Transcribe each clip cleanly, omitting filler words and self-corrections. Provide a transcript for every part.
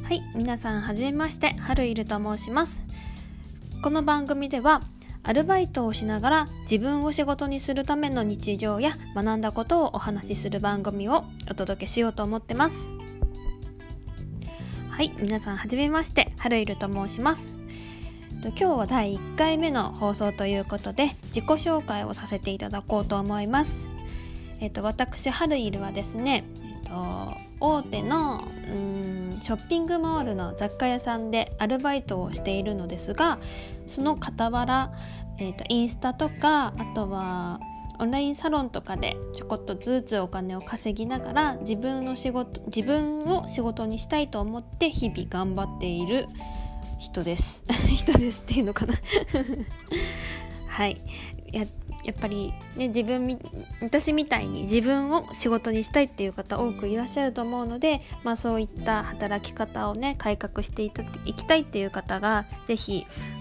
はい、皆さんはじめまして、はるいると申します。この番組ではアルバイトをしながら自分を仕事にするための日常や学んだことをお話しする番組をお届けしようと思ってます。はい、皆さんはじめまして、はるいると申します。今日は第1回目の放送ということで自己紹介をさせていただこうと思います。私はるいるはですね、大手のショッピングモールの雑貨屋さんでアルバイトをしているのですが、その傍ら、インスタとか、あとはオンラインサロンとかでちょこっとずつお金を稼ぎながら自分を仕事にしたいと思って日々頑張っている人です人ですっていうのかなはい、やっぱりね、私みたいに自分を仕事にしたいっていう方多くいらっしゃると思うので、そういった働き方をね改革していきたいっていう方がぜひ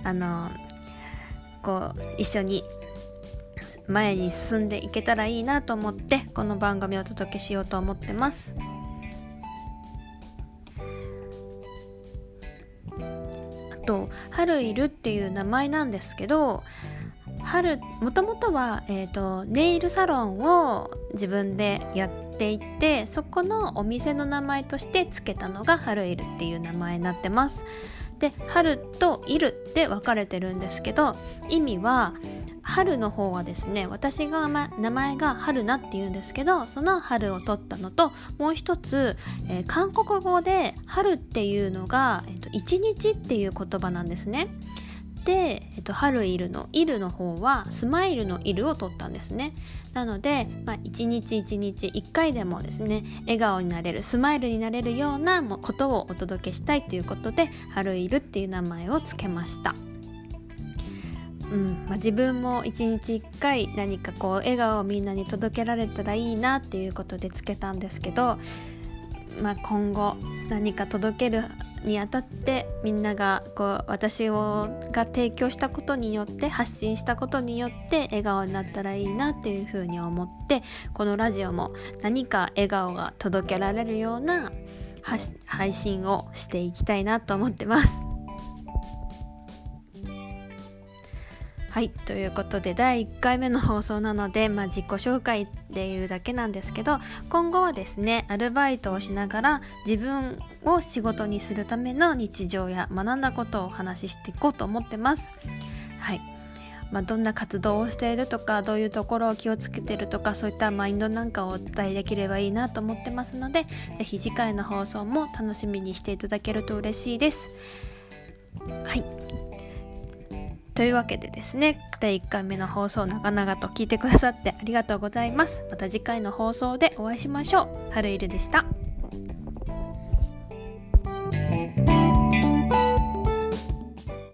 一緒に前に進んでいけたらいいなと思ってこの番組をお届けしようと思ってます。あとはるいるっていう名前なんですけど、もともとは、ネイルサロンを自分でやっていて、そこのお店の名前としてつけたのがはるいるっていう名前になってます。で、春といるで分かれてるんですけど、意味は春の方はですね、私が名前が春菜っていうんですけど、その春を取ったのと、もう一つ、韓国語で春っていうのが、一日っていう言葉なんですね。で、はるいるのいるの方はスマイルのいるを取ったんですね。なので、一日一日一回でもですね、笑顔になれる、スマイルになれるようなことをお届けしたいということで、はるいるっていう名前をつけました。自分も一日一回何か笑顔をみんなに届けられたらいいなっていうことでつけたんですけど、今後何か届けるにあたってみんなが私が提供したことによって発信したことによって笑顔になったらいいなっていうふうに思って、このラジオも何か笑顔が届けられるような配信をしていきたいなと思ってます。はい、ということで第1回目の放送なので、自己紹介っていうだけなんですけど、今後はですね、アルバイトをしながら自分を仕事にするための日常や学んだことをお話ししていこうと思ってます。はい、どんな活動をしているとか、どういうところを気をつけているとか、そういったマインドなんかをお伝えできればいいなと思ってますので、ぜひ次回の放送も楽しみにしていただけると嬉しいです。はい、というわけでですね、第1回目の放送長々と聞いてくださってありがとうございます。また次回の放送でお会いしましょう。はるいるでした。